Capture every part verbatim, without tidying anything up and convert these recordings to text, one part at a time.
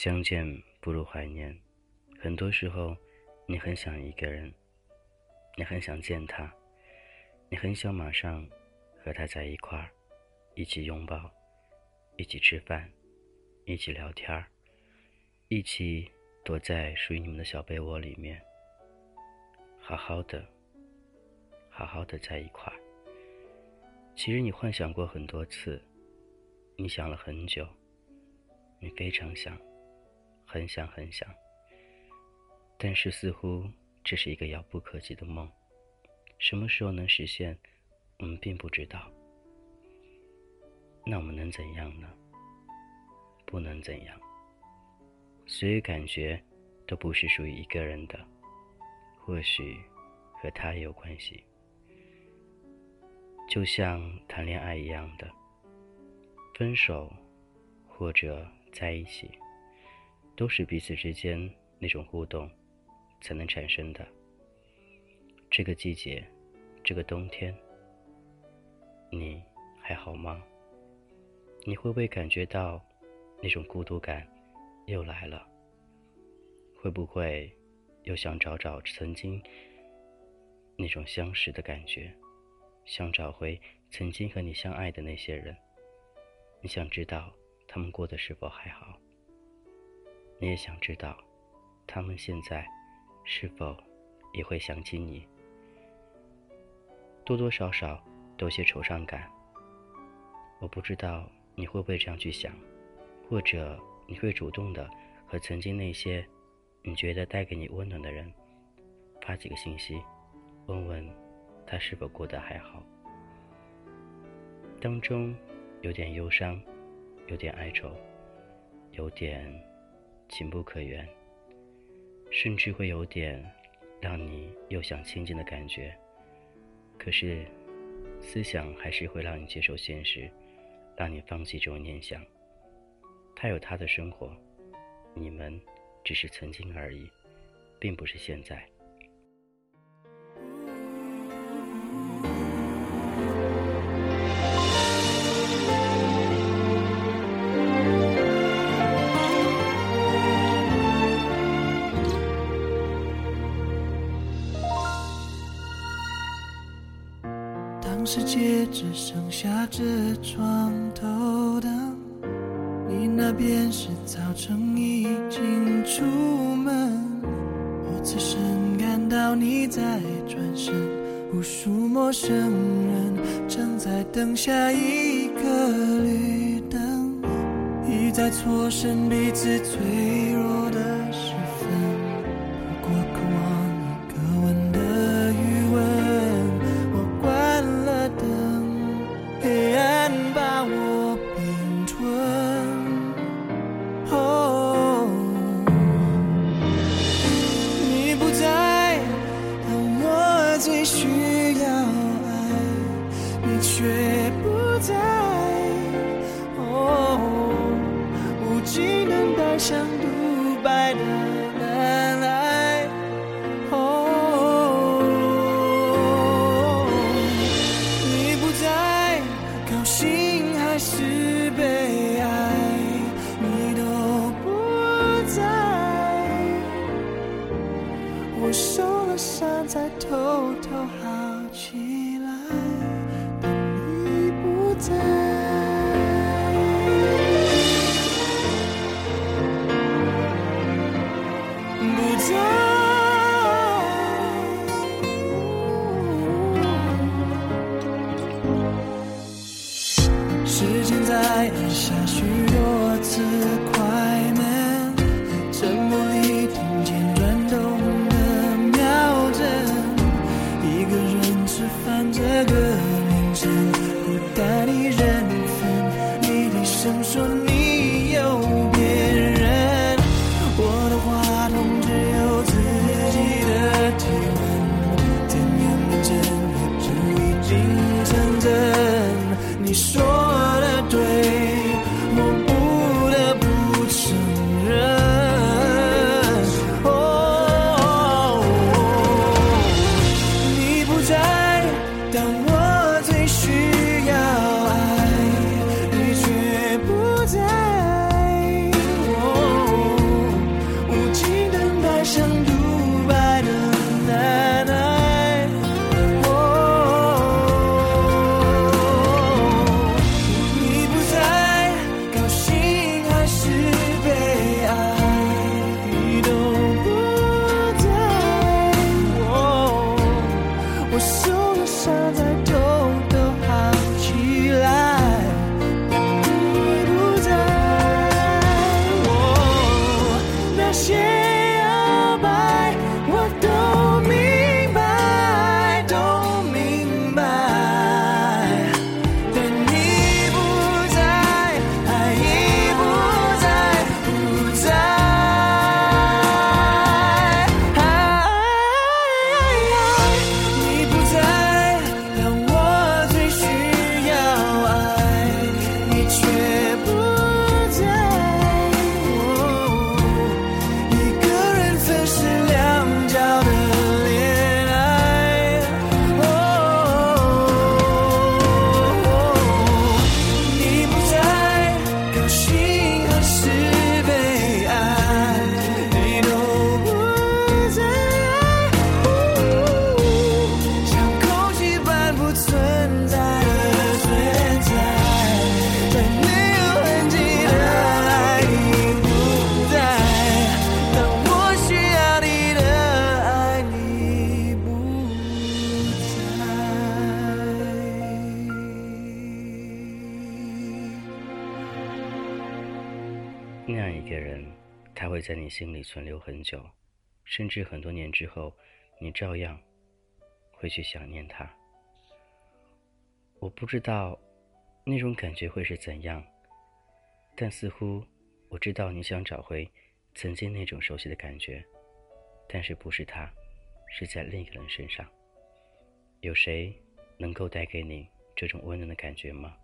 相见不如怀念，很多时候你很想一个人，你很想见他，你很想马上和他在一块儿，一起拥抱，一起吃饭，一起聊天，一起躲在属于你们的小被窝里面，好好的好好的在一块儿。其实你幻想过很多次，你想了很久，你非常想，很想很想，但是似乎这是一个遥不可及的梦，什么时候能实现，我们并不知道。那我们能怎样呢？不能怎样。所有感觉都不是属于一个人的，或许和他也有关系。就像谈恋爱一样的，分手或者在一起，都是彼此之间那种互动才能产生的。这个季节，这个冬天，你还好吗？你会不会感觉到那种孤独感又来了？会不会又想找找曾经那种相识的感觉，想找回曾经和你相爱的那些人？你想知道他们过得是否还好，你也想知道他们现在是否也会想起你，多多少少都有些惆怅感。我不知道你会不会这样去想，或者你会主动的和曾经那些你觉得带给你温暖的人发几个信息，问问他是否过得还好。当中有点忧伤，有点哀愁，有点情不可原，甚至会有点让你又想亲近的感觉。可是思想还是会让你接受现实，让你放弃这种念想。他有他的生活，你们只是曾经而已，并不是现在。 当世界只剩下这床头灯，你那边是早晨已经出门，我此生感到你在转身，无数陌生人正在等下一个绿灯，一再错身彼此脆弱的时分，不过渴望一个吻的余温，我关了灯，黑暗把我并吞。哦，你不在，当我最需要爱，你却不在。哦，无尽等待像独白的难挨。哦，你不在，高兴还是悲哀，你都不在。我受了伤才偷偷好起来，但你不在。时间在按下许多次快门，沉默里听见转动的秒针，一个人吃饭这个凌晨，孤单一人份，你低声说你有别人，我的话筒只有自一个人，他会在你心里存留很久，甚至很多年之后，你照样会去想念他。我不知道那种感觉会是怎样，但似乎我知道你想找回曾经那种熟悉的感觉，但是不是他，是在另一个人身上。有谁能够带给你这种温暖的感觉吗？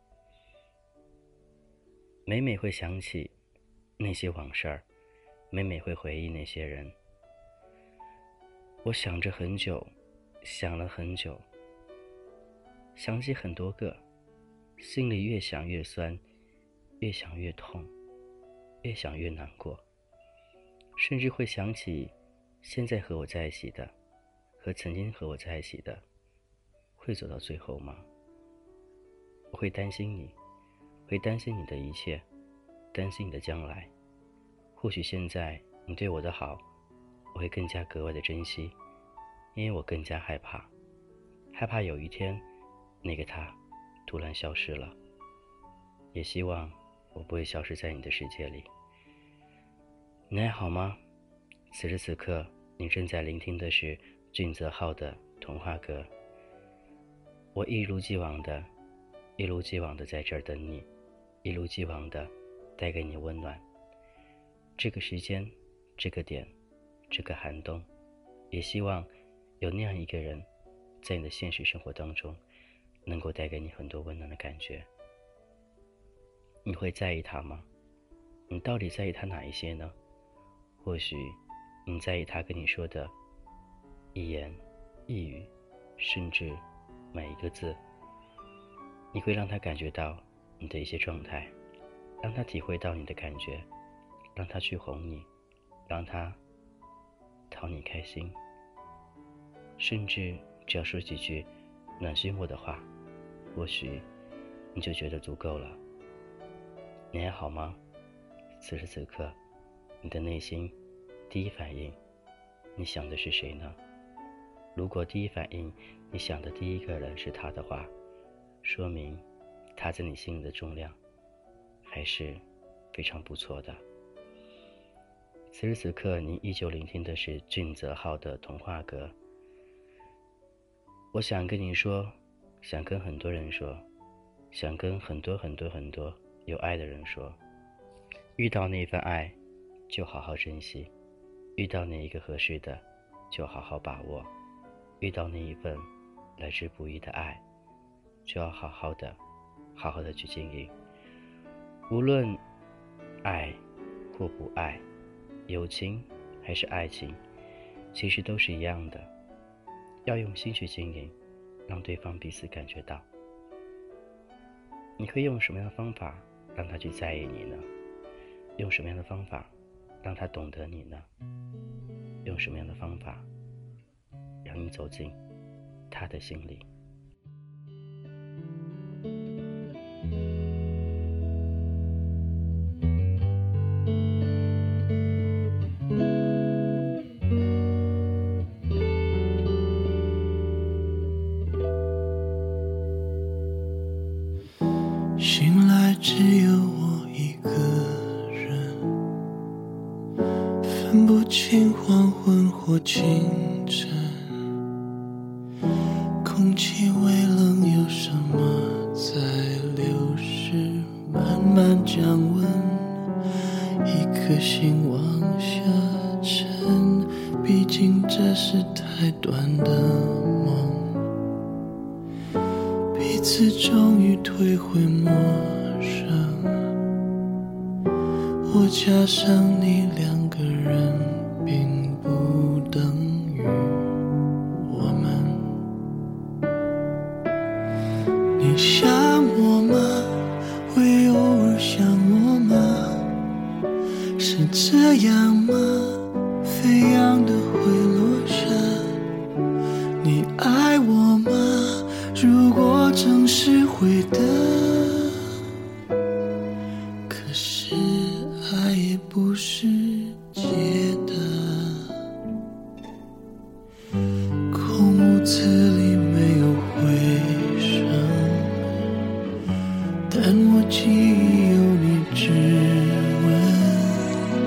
每每会想起那些往事儿，每每会回忆那些人。我想着很久，想了很久，想起很多个，心里越想越酸，越想越痛，越想越难过，甚至会想起现在和我在一起的，和曾经和我在一起的，会走到最后吗？我会担心你，会担心你的一切，担心你的将来。或许现在你对我的好，我会更加格外的珍惜，因为我更加害怕，害怕有一天那个他突然消失了。也希望我不会消失在你的世界里。你还好吗？此时此刻你正在聆听的是俊泽浩的童话歌。我一如既往的一如既往的在这儿等你，一如既往的带给你温暖。这个时间，这个点，这个寒冬，也希望有那样一个人在你的现实生活当中能够带给你很多温暖的感觉。你会在意他吗？你到底在意他哪一些呢？或许你在意他跟你说的一言一语，甚至每一个字，你会让他感觉到你的一些状态，让他体会到你的感觉，让他去哄你，让他讨你开心，甚至只要说几句暖心我的话，或许你就觉得足够了。你还好吗？此时此刻你的内心第一反应，你想的是谁呢？如果第一反应你想的第一个人是他的话，说明他在你心里的重量还是非常不错的。此时此刻你依旧聆听的是俊泽浩的童话歌。我想跟你说，想跟很多人说，想跟很多很多很多有爱的人说，遇到那份爱就好好珍惜，遇到那一个合适的就好好把握，遇到那一份来之不易的爱就要好好的好好的去经营。无论爱或不爱，友情还是爱情，其实都是一样的，要用心去经营，让对方彼此感觉到。你会用什么样的方法让他去在意你呢？用什么样的方法让他懂得你呢？用什么样的方法让你走进他的心里？ 醒来只有我一个人，分不清黄昏或清晨，空气微冷，有什么在流逝，慢慢降温，一颗心往下沉，毕竟这是太短的梦，彼此终于退回陌生，我加上你两个人并不等于我们。你想我吗？会偶尔想我吗？是这样吗？飞扬的会落下。你爱我吗？如果正是会的，可是爱也不是借的。空屋子里没有回声，但我记忆有你指纹。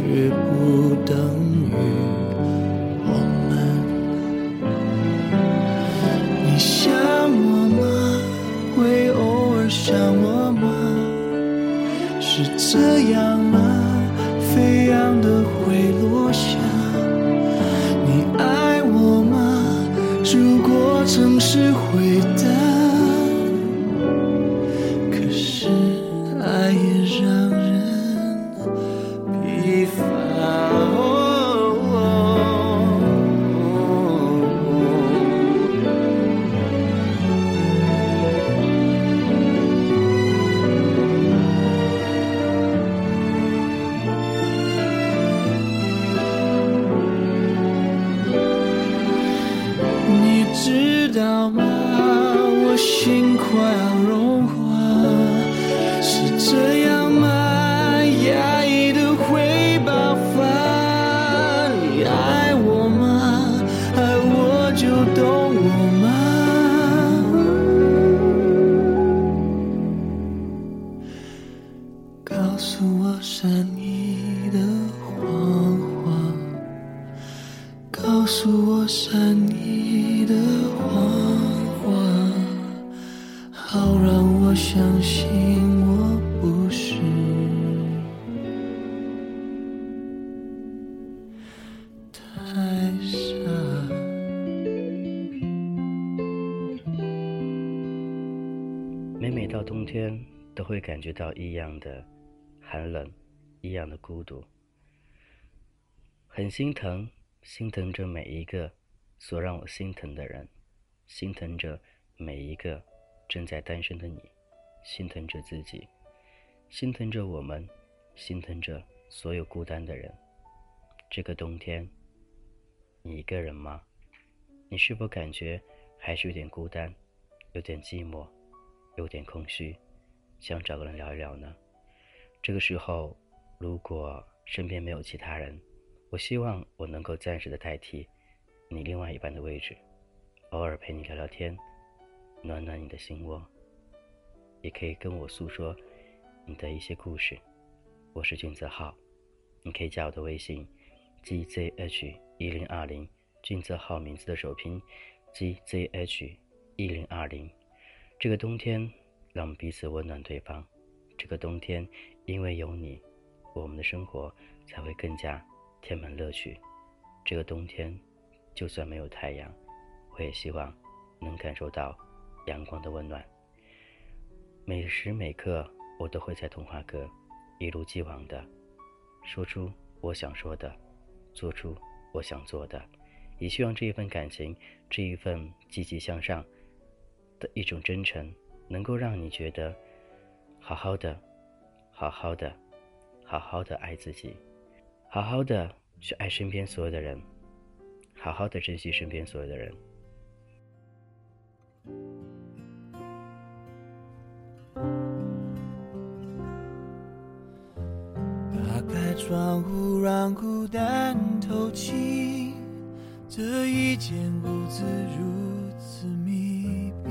却不等于我们。你想我吗？会偶尔想我吗？是这样吗？飞扬的会落下。你爱我吗？如果曾是回答，可是爱也让人疲乏。你知道吗？我心快要融化，是这样吗？压抑的会爆发。你爱我吗？爱我就懂我吗？告诉我善意的谎话，告诉我善意的谎话，好让我相信我不是太傻。 每每到冬天，都会感觉到异样的寒冷，异样的孤独，很心疼，心疼着每一个所让我心疼的人，心疼着每一个正在单身的你，心疼着自己，心疼着我们，心疼着所有孤单的人。这个冬天，你一个人吗？你是否感觉还是有点孤单，有点寂寞，有点空虚，想找个人聊一聊呢？这个时候，如果身边没有其他人，我希望我能够暂时的代替你另外一半的位置，偶尔陪你聊聊天，暖暖你的心窝，也可以跟我诉说你的一些故事。我是俊泽浩，你可以加我的微信 G Z H 一零二零， 俊泽浩名字的首拼 G Z H 一零二零。这个冬天让我们彼此温暖对方，这个冬天因为有你，我们的生活才会更加添满乐趣。这个冬天就算没有太阳，我也希望能感受到阳光的温暖。每时每刻我都会在童话阁一如既往的说出我想说的，做出我想做的，也希望这一份感情，这一份积极向上的一种真诚，能够让你觉得好好的好好的好好的爱自己，好好的去爱身边所有的人，好好的珍惜身边所有的人。 打开窗户让孤单透气，这一间屋子如此密闭，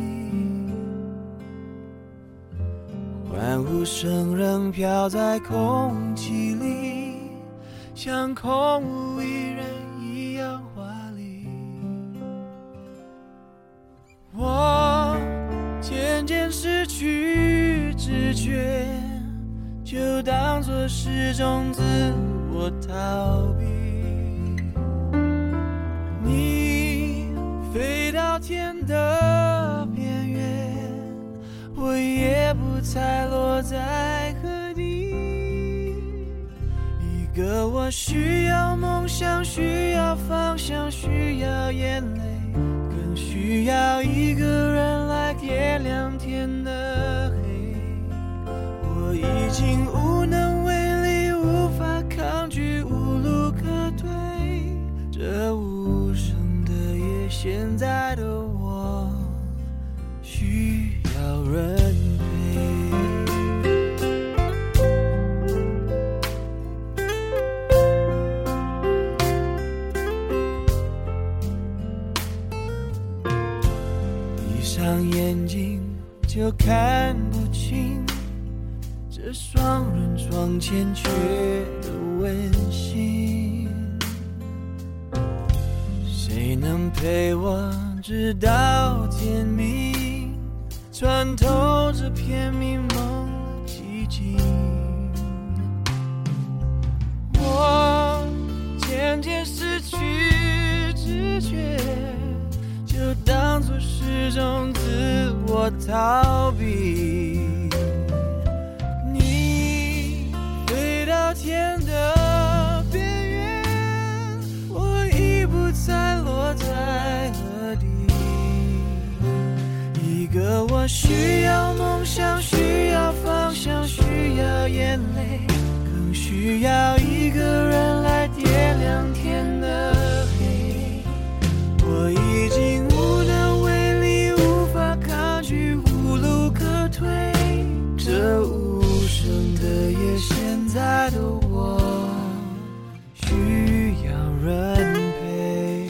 欢呼声仍飘在空气里，像空无一人一样华丽。我渐渐失去知觉，就当作是种自我逃避。你飞到天的边缘，我也不猜落在何地。一个我需要梦想，需要方向，需要眼泪，更需要一个人来点亮天的黑。我已经无能为力，无法抗拒，无路可退。这无声的夜，现在的我需要人陪。闭上眼睛就看不清这双人床欠缺的温馨。 陪我直到天明，穿透这片迷蒙寂静。我渐渐失去知觉，就当作是种自我逃避。你飞到天的边缘，我已不再落在何地。一个我需要梦想，需要方向，需要眼泪，更需要一个人来点亮天的黑。我已经无能为力，无法抗拒，无路可退。这无声的夜，现在的我需要人陪。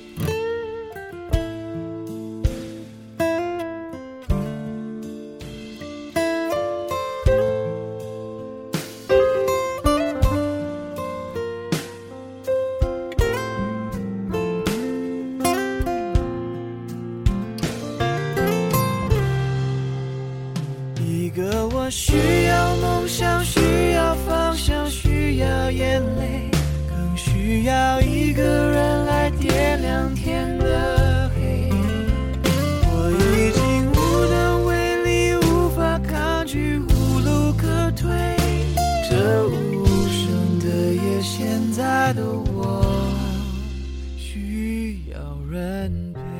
一个我需要梦想，需要方向，需要眼泪，更需要一个人来点亮天的黑。我已经无能为力，无法抗拒，无路可退。这无声的夜，现在的我需要人陪。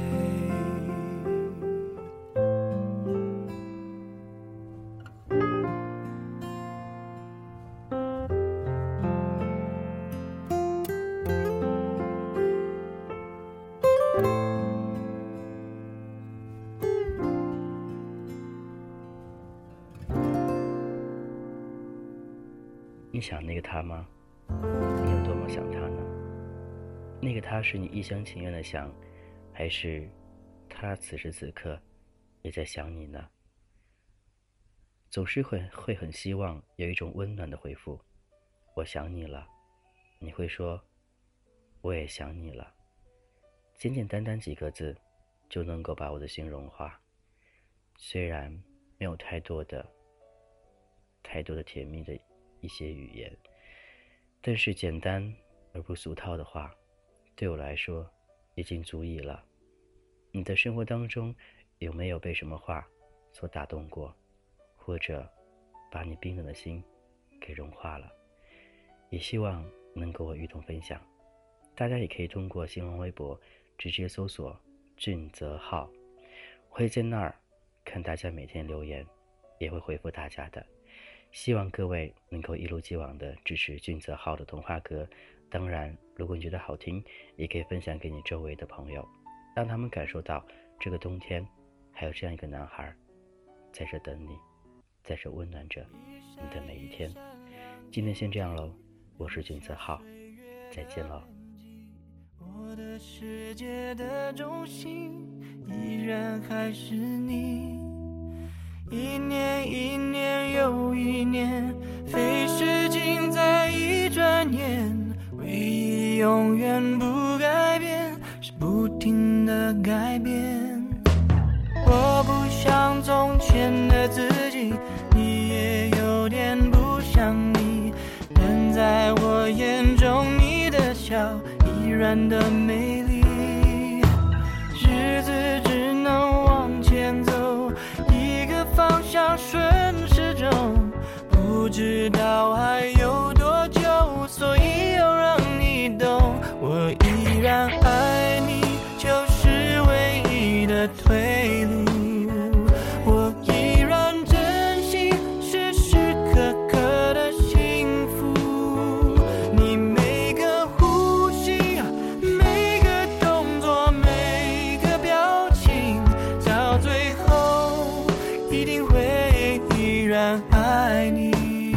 你想那个他吗？你有多么想他呢？那个他是你一厢情愿的想，还是他此时此刻也在想你呢？总是会会很希望有一种温暖的回复，我想你了。你会说，我也想你了。简简单单几个字就能够把我的心融化，虽然没有太多的太多的甜蜜的一些语言，但是简单而不俗套的话，对我来说已经足以了。你的生活当中有没有被什么话所打动过，或者把你冰冷的心给融化了？也希望能跟我一同分享。大家也可以通过新浪微博直接搜索俊泽浩，我会在那儿看大家每天留言，也会回复大家的。希望各位能够一如既往的支持俊泽浩的童话歌，当然如果你觉得好听，也可以分享给你周围的朋友，让他们感受到这个冬天还有这样一个男孩在这等你，在这温暖着你的每一天。今天先这样咯，我是俊泽浩，再见咯。 我的世界的中心依然还是你，一年一年又一年，飞逝尽在一转眼，唯一永远不改变是不停的改变。我不像从前的自己，你也有点不像你，但在我眼中你的笑依然的美丽。日子只能往前走，一个方向顺时钟，不知道还有多久，所以要让你懂，我依然爱你，就是唯一的退路。我依然珍惜时时刻刻的幸福，你每个呼吸，每个动作，每个表情，到最后一定会依然爱你，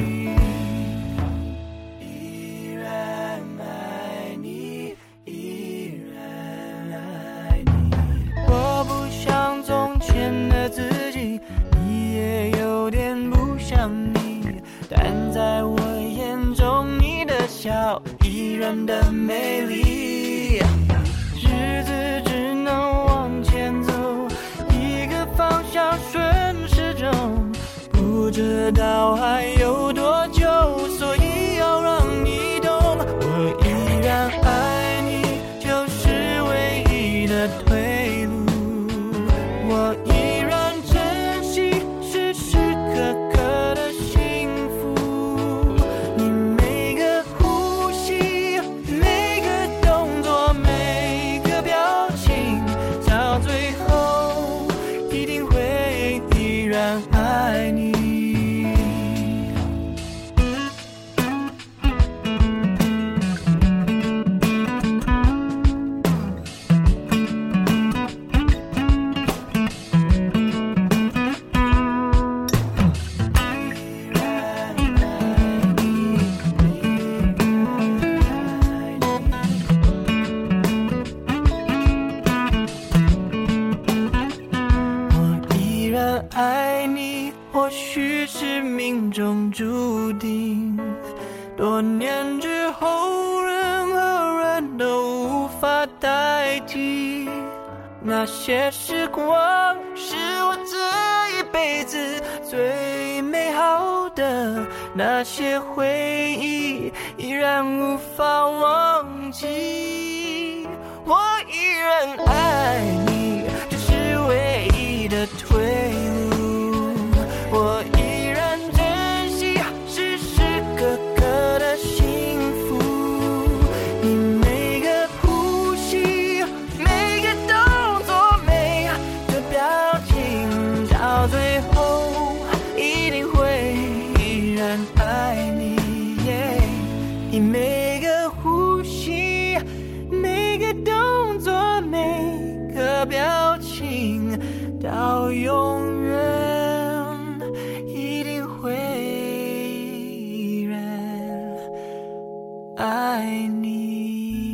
依然爱你，依然爱你。我不像从前的自己，你也有点不像你，但在我眼中你的笑依然的美丽。日子只能往前走，一个方向顺时钟，不知道还有多久，所以要让你懂，我依然爱你，就是唯一的退路。我依然珍惜时时刻刻的幸福，你每个呼吸，每个动作，每个表情，到最后一定会依然爱你。爱你或许是命中注定，多年之后任何人都无法代替，那些时光是我这一辈子最美好的，那些回忆依然无法忘记，我依然爱你，这是唯一的退路，我依然珍惜时时刻刻的幸福，你每个呼吸，每个动作，每个表情，到最后一定会依然爱你， yeah， 你每个呼吸，每个动作，每个表情，到永远一定会依然爱你。